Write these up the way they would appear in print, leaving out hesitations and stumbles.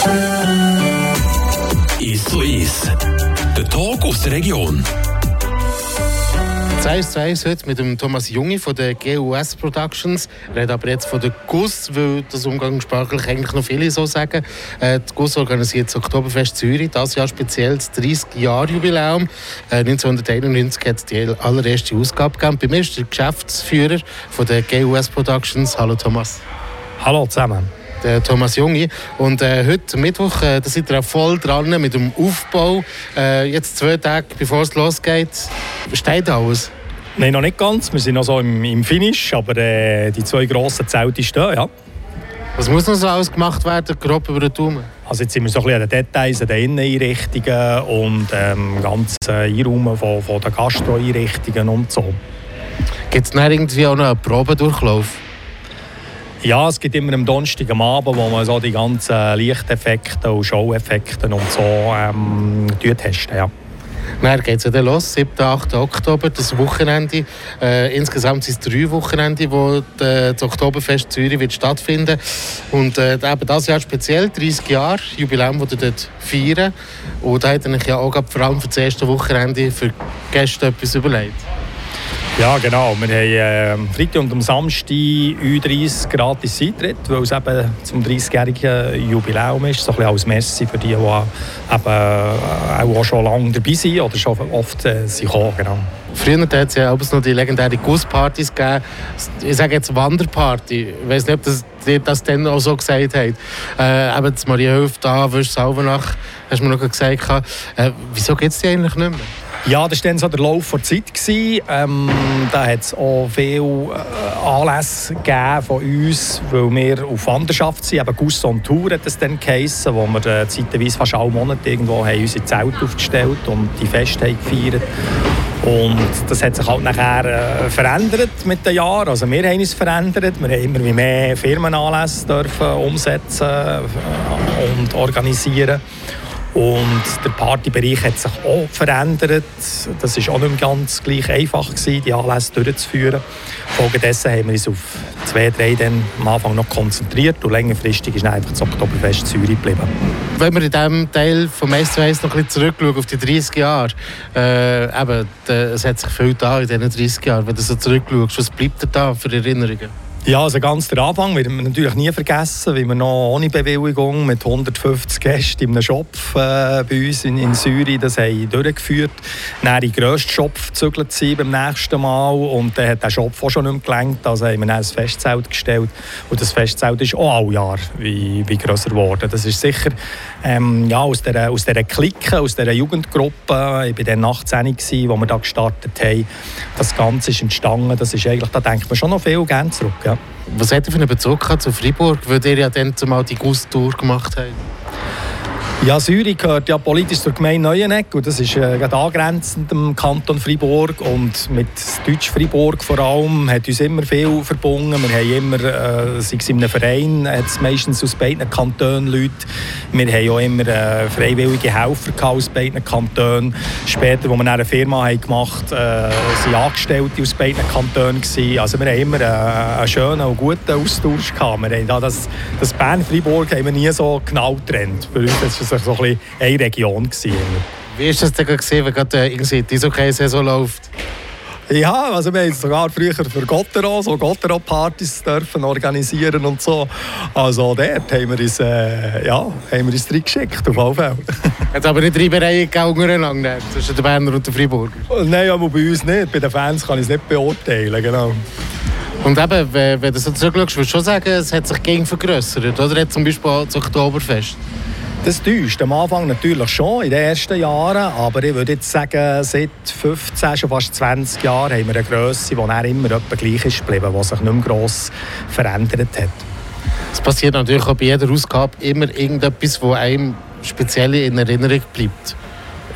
1:1. Der Talk aus der Region. 1:1 heute mit dem Thomas Jungi von der GUS Productions. Wir reden aber jetzt von der GUS, weil das umgangssprachlich eigentlich noch viele so sagen. Die GUS organisiert das Oktoberfest Zürich, dieses Jahr speziell das 30-Jahr-Jubiläum. 1991 hat es die allererste Ausgabe gegeben. Bei mir ist der Geschäftsführer von der GUS Productions. Hallo Thomas. Hallo zusammen. Der Thomas Jungi. Und heute Mittwoch, da seid ihr auch voll dran mit dem Aufbau. Jetzt 2 Tage bevor es losgeht, steht alles? Nein, noch nicht ganz. Wir sind noch so im Finish, aber die 2 grossen Zelte stehen, ja. Was muss noch so alles gemacht werden, grob über den Daumen? Also jetzt sind wir so ein bisschen an den Details, an den Inneneinrichtungen und ganzen Einräumen von den Gastro-Einrichtungen und so. Gibt es dann irgendwie auch noch einen Probedurchlauf? Ja, es gibt immer am Donnerstag am Abend, wo man so die ganzen Lichteffekte und Show-Effekte und so testen. Ja. Dann geht es ja dann los, 7. 8. Oktober, das Wochenende. Insgesamt sind es 3 Wochenende, wo das Oktoberfest Zürich wird stattfinden. Und eben dieses Jahr speziell, 30 Jahre Jubiläum, das ihr dort feiern. Und da hat er ja auch vor allem für das erste Wochenende für Gäste etwas überlegt. Ja, genau. Wir haben am Freitag und am Samstag U30 gratis Eintritt, weil es eben zum 30-jährigen Jubiläum ist. So ein bisschen als Merci für die eben auch schon lange dabei sind oder schon oft sind gekommen. Genau. Früher hat es ja noch die legendären Gusspartys gegeben. Ich sage jetzt Wanderparty. Ich weiß nicht, ob das dann auch so gesagt hat. Eben das Mariahilf da, Würsch-Salvenach, hast du mir noch gesagt. Wieso gibt es die eigentlich nicht mehr? Ja, das war dann so der Lauf der Zeit. Da hat es auch viele Anlässe gegeben von uns, weil wir auf Wanderschaft sind. Eben Guss on Tour hat es dann geheissen, wo wir zeitweise fast alle Monate irgendwo haben unsere Zelte aufgestellt und die Feste haben gefeiert. Und das hat sich halt nachher verändert mit den Jahren. Also wir haben uns verändert. Wir haben immer mehr Firmenanlässe dürfen umsetzen und organisieren. Und der Partybereich hat sich auch verändert. Das war auch nicht mehr ganz gleich einfach, die Anlässe durchzuführen. Folgedessen haben wir uns auf 2, 3 dann am Anfang noch konzentriert und längerfristig ist einfach das Oktoberfest Zürich geblieben. Wenn wir in diesem Teil vom 1:1 noch ein bisschen zurückschauen auf die 30 Jahre, es hat sich viel da in diesen 30 Jahren. Wenn du so zurückschaust, was bleibt dir da für Erinnerungen? Ja, also ganz der Anfang werden wir natürlich nie vergessen, wie wir noch ohne Bewilligung mit 150 Gästen in einem Shop bei uns in Zürich das haben durchgeführt. Dann in den grössten Shop gezügelt sein beim nächsten Mal und dann hat der Shop auch schon nicht mehr gelangt. Also haben wir dann ein Festzelt gestellt und das Festzelt ist auch alle Jahre wie grösser geworden. Das ist sicher aus dieser Clique, aus dieser Jugendgruppe. Ich war dann 18, als wir da gestartet haben. Das Ganze ist entstanden. Das ist eigentlich, da denkt man schon noch viel gerne zurück. Ja. Was hat ihr für einen Bezug zu Freiburg, weil ihr ja dann zumal die Guss-Tour gemacht habt? Ja, Zürich gehört ja politisch zur Gemeinde Neuenegg und das ist gerade angrenzend am Kanton Freiburg und mit Deutsch-Freiburg vor allem hat uns immer viel verbunden. Wir haben immer, sei es in einem Verein, hat es meistens aus beiden Kantonen Leute. Wir haben auch immer freiwillige Helfer aus beiden Kantonen. Später, als wir eine Firma haben gemacht haben, waren Angestellte aus beiden Kantonen. Also wir haben immer einen schönen und guten Austausch gehabt. Wir haben das Bern-Freiburg haben wir nie so genau getrennt. Für uns war es so ein bisschen eine Region. Wie ist das denn gesehen, wenn gerade die Eishockey-Saison läuft? Ja, also wir haben sogar früher für Gottero-Partys dürfen organisieren und so. Also dort haben wir uns reingeschickt, auf alle Fälle. Hat es aber nicht Reibereien untereinander zwischen den Berner und den Freiburger? Nein, aber bei uns nicht. Bei den Fans kann ich es nicht beurteilen, genau. Und eben, wenn du so zurückschaust, würdest du schon sagen, es hat sich gegen vergrössert, oder? Zum Beispiel auch das Oktoberfest. Das täuscht am Anfang natürlich schon, in den ersten Jahren. Aber ich würde jetzt sagen, seit 15, schon fast 20 Jahren haben wir eine Grösse, die dann immer etwa gleich ist geblieben, die sich nicht mehr gross verändert hat. Es passiert natürlich auch bei jeder Ausgabe immer irgendetwas, das einem speziell in Erinnerung bleibt.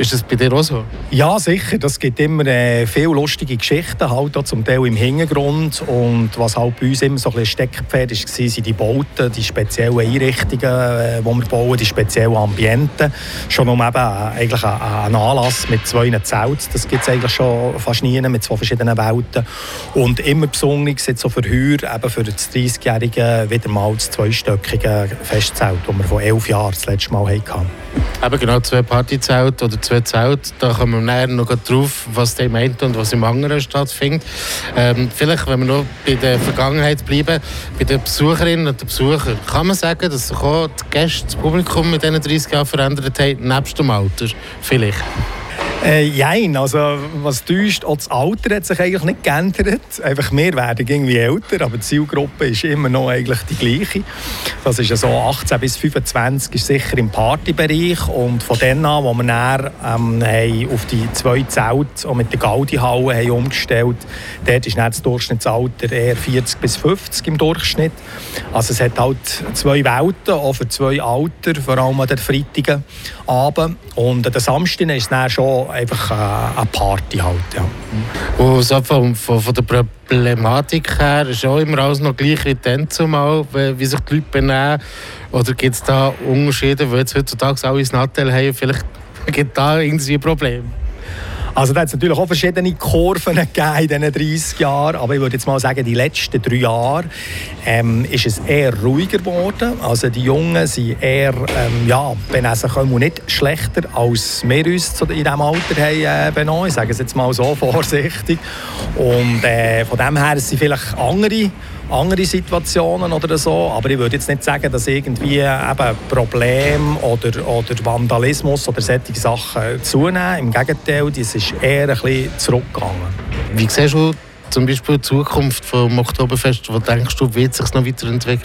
Ist das bei dir auch so? Ja, sicher. Das gibt immer viele lustige Geschichten, halt auch zum Teil im Hintergrund. Und was halt bei uns immer so ein bisschen Steckenpferd war, sind die Bauten, die speziellen Einrichtungen, die wir bauen, die speziellen Ambienten. Schon um eben eigentlich einen Anlass mit 2 Zelten, das gibt es eigentlich schon fast nie, mit 2 verschiedenen Welten. Und immer besonders jetzt so für heuer, eben für das 30-Jährige, wieder mal das 2-stöckige Festzelt, das wir vor 11 Jahren das letzte Mal hatten. Eben genau, 2 Partyzelte oder 2 Zelte, da kommen wir nachher noch drauf, was im einen und was im anderen stattfindet. Vielleicht, wenn wir noch bei der Vergangenheit bleiben, bei den Besucherinnen und den Besuchern, kann man sagen, dass sich auch die Gäste, das Publikum mit diesen 30 Jahren verändert haben, nebst dem Alter vielleicht? Nein, also was täuscht, auch das Alter hat sich eigentlich nicht geändert. Einfach wir werden irgendwie älter, aber die Zielgruppe ist immer noch eigentlich die gleiche. Das ist ja so 18 bis 25 ist sicher im Partybereich und von dann an, wo wir dann auf die 2 Zelte und mit der Gaudi-Halle haben umgestellt, dort ist dann das Durchschnittsalter eher 40 bis 50 im Durchschnitt. Also es hat halt 2 Welten, auch für 2 Alter, vor allem an den Freitagen Abend. Und an den Samstagen ist es dann schon einfach eine Party halt, ja. Und so von der Problematik her ist auch immer alles noch gleich wie dann zumal, wie sich die Leute benehmen? Oder gibt es da Unterschiede, weil jetzt heutzutage alle ein Nattel haben, vielleicht gibt es da irgendwie ein Problem? Also da hat es natürlich auch verschiedene Kurven gegeben in diesen 30 Jahren, aber ich würde jetzt mal sagen, die letzten 3 Jahre ist es eher ruhiger geworden. Also die Jungen sind eher, benehmen sich nicht schlechter, als wir uns in diesem Alter haben benommen. Ich sage es jetzt mal so vorsichtig. Und von dem her sind vielleicht andere Situationen oder so, aber ich würde jetzt nicht sagen, dass irgendwie eben Probleme oder Vandalismus oder solche Sachen zunehmen. Im Gegenteil, das ist eher ein bisschen zurückgegangen. Wie siehst du zum Beispiel die Zukunft vom Oktoberfest? Wo denkst du, wird es sich noch weiterentwickeln?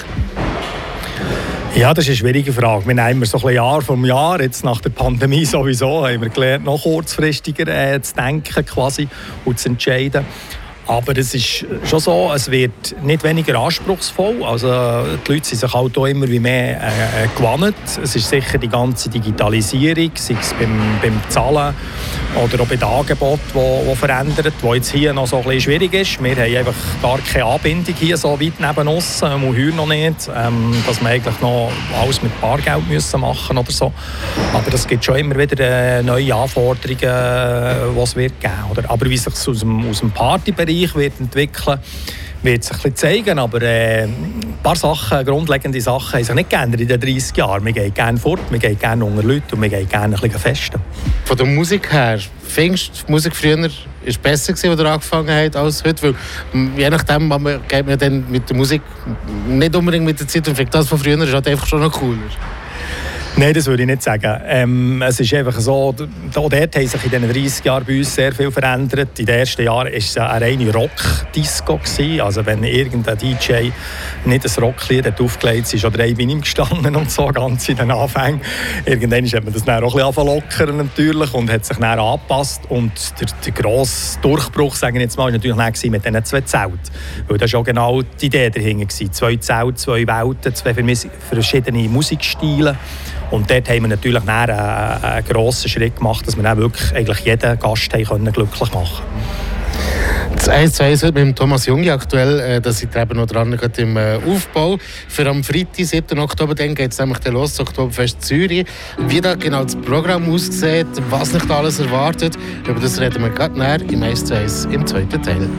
Ja, das ist eine schwierige Frage. Wir nehmen so ein bisschen Jahr vom Jahr. Jetzt nach der Pandemie sowieso haben wir gelernt, noch kurzfristiger zu denken quasi und zu entscheiden. Aber es ist schon so, es wird nicht weniger anspruchsvoll. Also die Leute sind sich halt auch immer wie mehr gewohnt. Es ist sicher die ganze Digitalisierung, sei es beim Zahlen oder auch bei den Angeboten, die verändert, die jetzt hier noch so ein bisschen schwierig ist. Wir haben einfach gar keine Anbindung hier so weit neben uns, und heuer noch nicht, dass wir eigentlich noch alles mit Bargeld müssen machen oder so. Aber es gibt schon immer wieder neue Anforderungen, die es wird geben. Oder? Aber wie sich es aus dem Partybereich wird entwickeln, wird sich ein bisschen zeigen, aber ein paar Sachen, grundlegende Sachen haben sich nicht geändert in den 30 Jahren. Wir gehen gerne fort, wir gehen gerne unter Leute und wir gehen gerne ein bisschen festen. Von der Musik her, findest du, die Musik früher war besser gewesen, als ihr angefangen habt, als heute? Weil je nachdem geht man dann mit der Musik nicht unbedingt mit der Zeit und findet das von früher ist halt einfach schon noch cooler. Nein, das würde ich nicht sagen. Es ist einfach so, auch dort haben sich in diesen 30 Jahren bei uns sehr viel verändert. In den ersten Jahren war es eine reine Rock-Disco. Also wenn irgendein DJ nicht ein Rocklied aufgelegt hat, ist oder bei ihm gestanden und so, ganz in den Anfängen. Irgendwann hat man das dann auch ein bisschen lockern natürlich und hat sich dann angepasst. Und der grosse Durchbruch, sagen wir jetzt mal, war natürlich dann mit diesen 2 Zelten. Weil das war auch genau die Idee dahinter. 2 Zelte, 2 Welten, 2 verschiedene Musikstile. Und dort haben wir natürlich einen grossen Schritt gemacht, dass wir dann wirklich eigentlich jeden Gast glücklich machen konnten. Das 1:1 mit dem Thomas Jungi aktuell, da sind eben noch dran gerade im Aufbau. Für am Freitag, 7. Oktober, dann geht es nämlich los, das Oktoberfest Zürich. Wie da genau das Programm aussieht, was nicht alles erwartet, über das reden wir gerade näher im 1:1 im 2. Teil.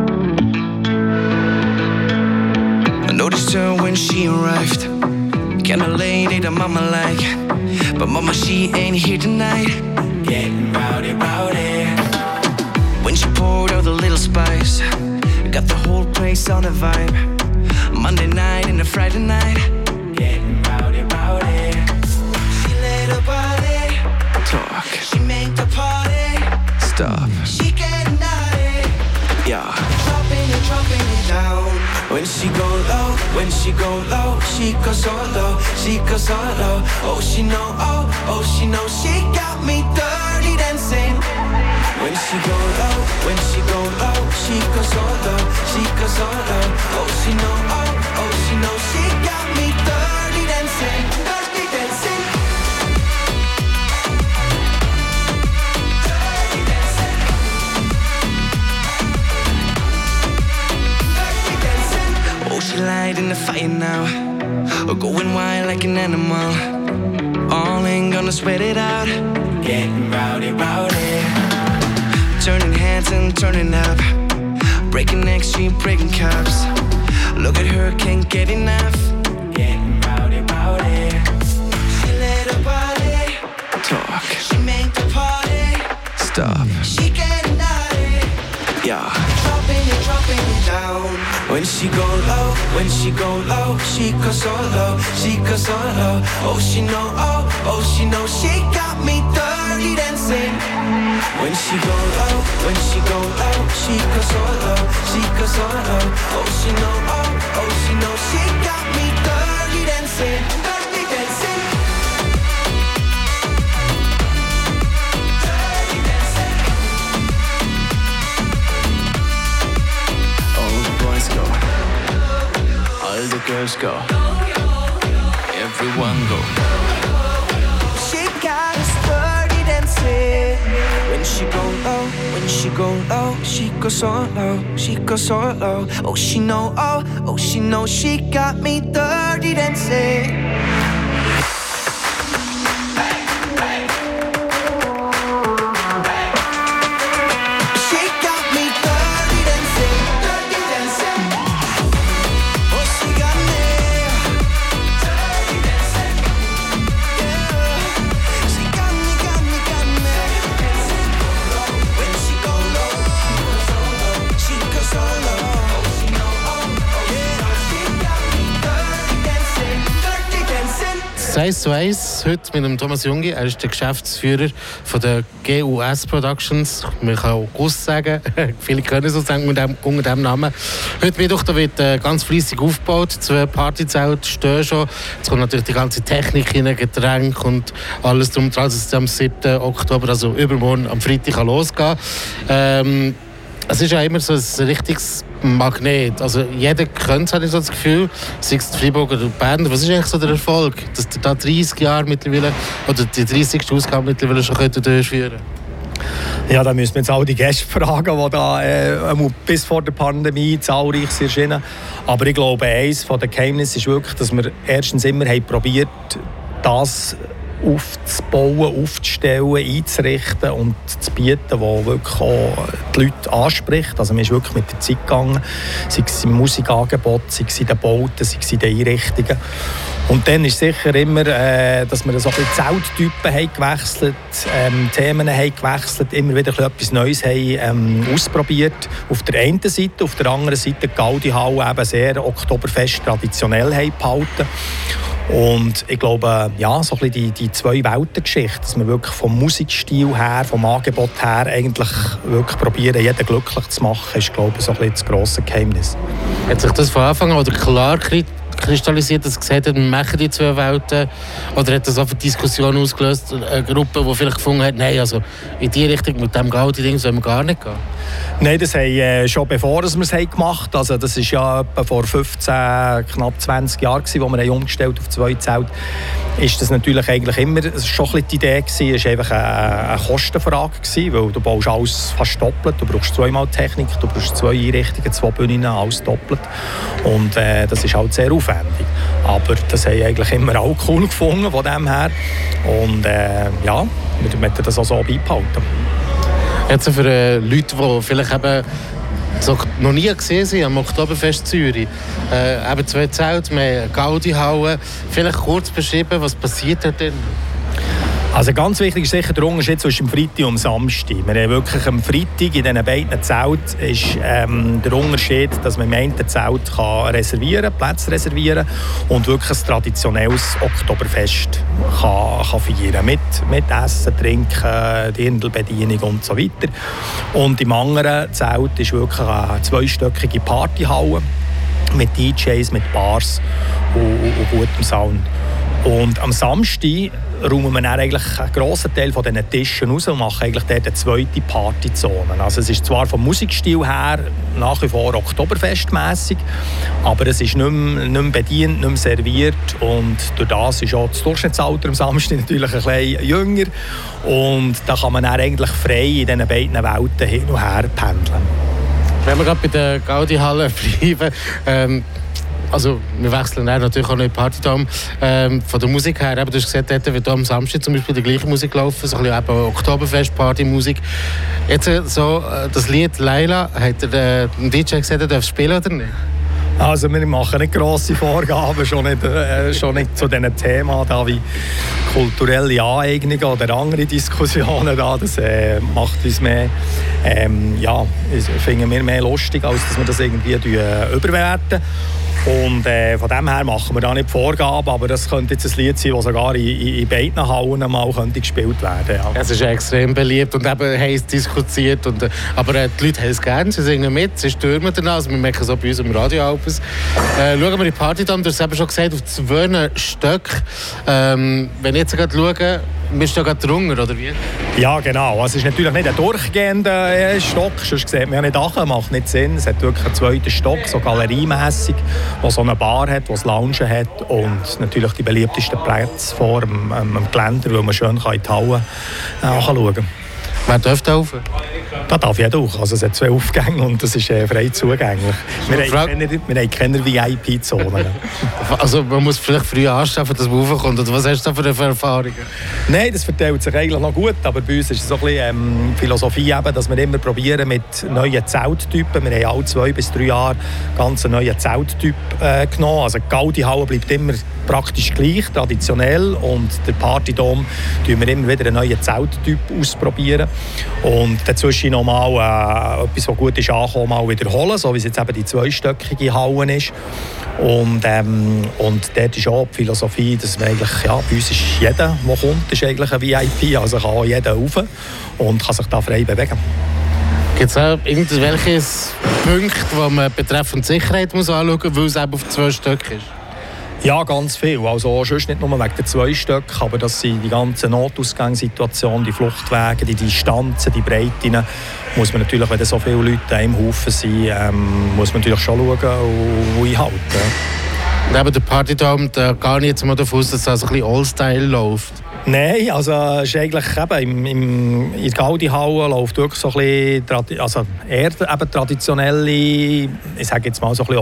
I noticed her when she arrived. Kinda lady that mama like, but mama she ain't here tonight. Getting rowdy, rowdy. When she poured out the little spice, got the whole place on the vibe. Monday night and a Friday night. Getting rowdy, rowdy. She let her body talk. She make the party stop. She getting naughty, yeah. Dropping it down. When she go low, she goes so low, she goes so low. Oh, she know, she got me dirty dancing. When she go low, she goes so low, she goes so low. Oh, she know, she got me dirty dancing, dirty dancing. now. Or going wild like an animal. All in, gonna sweat it out. Getting rowdy, rowdy. Turning heads and turning up. Breaking necks, she breaking cups. Look at her, can't get enough. Getting rowdy, rowdy. She let her body talk. She make the party stop. She getting naughty. Yeah. Dropping it down. When she go low, she goes so low, she goes so low. Oh she know, she got me dirty dancing. When she go low, she goes so low, she goes so low. Oh she know, she got me dirty dancing, dirty dancing. Dirty dancing. All the boys go, all the girls go, everyone go. She got us dirty dancing. When she go low, she goes so low, she goes so low. Oh she know, she got me dirty dancing. Eins zu eins heute mit dem Thomas Jungi. Er ist der Geschäftsführer von der GUS Productions. Man kann auch GUS sagen. Viele können es so sagen unter diesem Namen. Heute Mittwoch da wird ganz fleissig aufgebaut. 2 Partyzelte stehen schon. Jetzt kommt natürlich die ganze Technik rein, Getränke und alles drum. Also es ist am 7. Oktober, also übermorgen am Freitag losgehen. Es ist ja immer so ein richtiges Magnet. Also jeder kennt es, habe ich so das Gefühl, sei es die Freiburger oder die Berner. Was ist eigentlich so der Erfolg, dass ihr da 30 Jahre mittlerweile, oder die 30. Ausgabe mittlerweile schon durchführen können? Ja, da müssen wir jetzt all die Gäste fragen, die da bis vor der Pandemie zahlreich sind erschienen. Aber ich glaube, eines der Geheimnisse ist wirklich, dass wir erstens immer haben probiert, das aufzubauen, aufzustellen, einzurichten und zu bieten, was wirklich auch die Leute anspricht. Also man ist wirklich mit der Zeit gegangen, sei es im Musikangebot, sei es in den Bauten, sei es in den Einrichtungen. Und dann ist sicher immer, dass wir so ein bisschen Zelttypen haben gewechselt, Themen haben gewechselt, immer wieder etwas Neues haben ausprobiert. Auf der einen Seite, auf der anderen Seite die Gaudi-Halle eben sehr Oktoberfest traditionell haben behalten. Und ich glaube, ja, so ein bisschen die Zwei-Welten-Geschichte, dass wir wirklich vom Musikstil her, vom Angebot her eigentlich wirklich probieren, jeden glücklich zu machen, ist, glaube ich, so ein bisschen das grosse Geheimnis. Hat sich das von Anfang an oder klar kristallisiert, dass gesagt hat, wir machen die 2 Welten? Oder hat das auch für Diskussionen ausgelöst, eine Gruppe, die vielleicht gefunden hat, nein, also in die Richtung mit dem Gaudi-Ding sollen wir gar nicht gehen? Nein, das haben schon bevor wir es gemacht haben. Also das war ja etwa vor 15, knapp 20 Jahren, als wir umgestellt auf 2 Zelte. Ist das natürlich eigentlich immer schon ein bisschen die Idee gewesen. Es war einfach eine Kostenfrage gewesen, weil du baust alles fast doppelt. Du brauchst 2-mal Technik, du brauchst 2 Einrichtungen, 2 Bühnen, alles doppelt. Und das ist halt sehr aufwendig. Aber das haben eigentlich immer alle cool gefunden von dem her. Und ja, wir möchten das auch so beibehalten. Jetzt für Leute, die vielleicht eben so noch nie gesehen sind am Oktoberfest Zürich, eben 2 Zelte, wir haben Gaudi-Halle. Vielleicht kurz beschreiben, was passiert da denn? Also ganz wichtig ist sicher der Unterschied zwischen dem Freitag und dem Samstag. Wir haben wirklich am Freitag in diesen beiden Zelten ist der Unterschied, dass man im einen Zelt Plätze reservieren und wirklich ein traditionelles Oktoberfest kann feiern mit Essen, Trinken, Dirndlbedienung und so weiter. Und im anderen Zelt ist wirklich eine 2-stöckige Partyhalle mit DJs, mit Bars und gutem Sound. Und am Samstag räumen wir dann eigentlich einen grossen Teil von diesen Tischen raus und machen eigentlich dort eine 2. Partyzone. Also es ist zwar vom Musikstil her nach wie vor oktoberfestmässig, aber es ist nicht mehr bedient, nicht mehr serviert und durch das ist auch das Durchschnittsalter am Samstag natürlich ein bisschen jünger und da kann man dann eigentlich frei in diesen beiden Welten hin und her pendeln. Wenn wir gerade bei der Gaudi-Halle bleiben, Also wir wechseln natürlich auch nicht Partydome. Von der Musik her, du hast gesagt, dort wird am Samstag zum Beispiel die gleiche Musik laufen, so ein bisschen eben Oktoberfest, Partymusik. Jetzt so das Lied «Laila», hat der DJ gesagt, er darf spielen oder nicht? Also wir machen nicht grosse Vorgaben, schon nicht zu diesen Themen da wie kulturelle Aneignungen oder andere Diskussionen da. Das macht uns mehr, finden wir mehr lustig, als dass wir das irgendwie überwerten. Und von dem her machen wir da nicht Vorgaben, aber das könnte jetzt ein Lied sein, das sogar in beiden Hallen mal gespielt werden könnte. Ja. Es ist extrem beliebt und eben heiß diskutiert. Aber die Leute haben es gerne, sie singen mit, sie stürmen danach. Also wir merken es auch bei uns im Radio Alpes. Schauen wir in die Partydome, du hast es eben schon gesagt, auf 2 Stück. Wenn ich jetzt gerade schaue, bist du da gerade drunter, oder wie? Ja, genau. Es ist natürlich nicht ein durchgehender Stock, sonst sieht man ja nicht nach, macht nicht Sinn. Es hat wirklich einen 2. Stock, so galeriemässig, der so eine Bar hat, die das Lounge hat und natürlich die beliebtesten Plätze vor dem Geländer, wo man schön in die Halle nachschauen kann. Wer darf da rauf? Da darf jeder auch. Also es hat 2 Aufgänge und das ist frei zugänglich. Wir haben keine VIP-Zonen. Also man muss vielleicht früh anstehen, dass man raufkommt. Oder was hast du da für Erfahrungen? Nein, das verteilt sich eigentlich noch gut. Aber bei uns ist es so ein bisschen Philosophie, eben, dass wir immer probieren mit neuen Zelttypen. Wir haben alle 2 bis 3 Jahre ganz einen neuen Zelttyp genommen. Also die Gaudi-Halle bleibt immer praktisch gleich, traditionell. Und der Partydome tun wir immer wieder einen neuen Zelttyp ausprobieren. Und dazwischen noch mal etwas, was gut ist, ankommen, mal wiederholen, so wie es jetzt eben die 2-stöckige Halle ist. Und dort ist auch die Philosophie, dass man eigentlich, bei uns ist jeder, der kommt, ist eigentlich ein VIP, also kann auch jeder rauf und kann sich da frei bewegen. Gibt es auch irgendwelche Punkte, die man betreffend Sicherheit muss anschauen muss, weil es eben auf 2 Stück ist? Ja, ganz viel. Also sonst nicht nur wegen den 2 Stöcken, aber das sind die ganzen Notausgangssituationen, die Fluchtwege, die Distanzen, die Breiten. Muss man natürlich, wenn so viele Leute im Haufen sind, muss man natürlich schon schauen und einhalten. Neben der Partydome, da gehe ich jetzt mal davon aus, dass das ein bisschen All-Style läuft. Nein, also es ist eigentlich eben in der Gaudi-Halle läuft wirklich so ein bisschen, eher eben traditionelle, ich sage jetzt mal so ein bisschen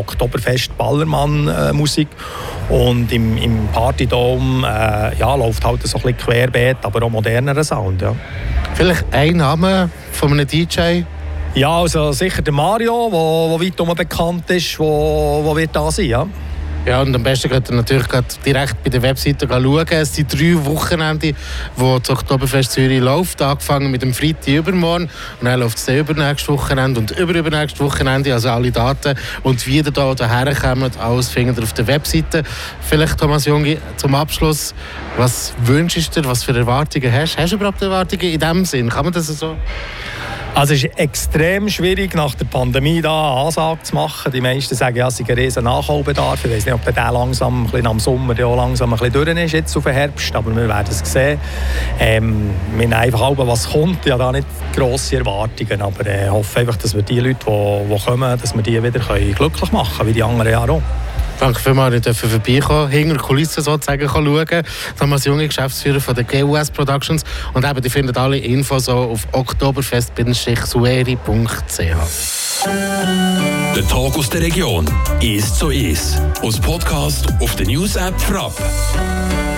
Oktoberfest-Ballermann-Musik. Und im Partydome läuft halt so ein bisschen querbeet, aber auch modernerer Sound. Ja. Vielleicht ein Name von einem DJ? Ja, also sicher der Mario, der weit bekannt ist, der wird da sein, ja. Ja, und am besten könnt ihr natürlich direkt bei der Webseite schauen. Es sind 3 Wochenende, wo das Oktoberfest Zürich läuft. Angefangen mit dem Freitag übermorgen. Und dann läuft es dann übernächstes Wochenende und übernächstes Wochenende. Also alle Daten und wie ihr hierher kommt, alles findet ihr auf der Webseite. Vielleicht, Thomas Jungi, zum Abschluss, was wünschst du dir, was für Erwartungen hast du? Hast du überhaupt Erwartungen in diesem Sinn? Kann man das so? Also es ist extrem schwierig, nach der Pandemie da eine Ansage zu machen. Die meisten sagen, ja, es ist ein riesen Nachholbedarf. Ich weiß nicht, ob der langsam, ein bisschen am Sommer, der auch langsam ein bisschen durch ist, jetzt auf den Herbst. Aber wir werden es sehen. Wir haben einfach auch, was kommt. Ich habe da nicht grosse Erwartungen. Aber ich hoffe einfach, dass wir die Leute, die kommen, dass wir die wieder glücklich machen können, wie die anderen Jahre auch. Danke vielmals, ich durfte vorbeikommen, hinter der Kulisse sozusagen schauen. Thomas Jungi, Geschäftsführer von der GUS Productions. Und eben, die findet alle Infos auf oktoberfest-sueri.ch. Der Tag aus der Region. 1:1. Als Podcast auf der News-App Frapp.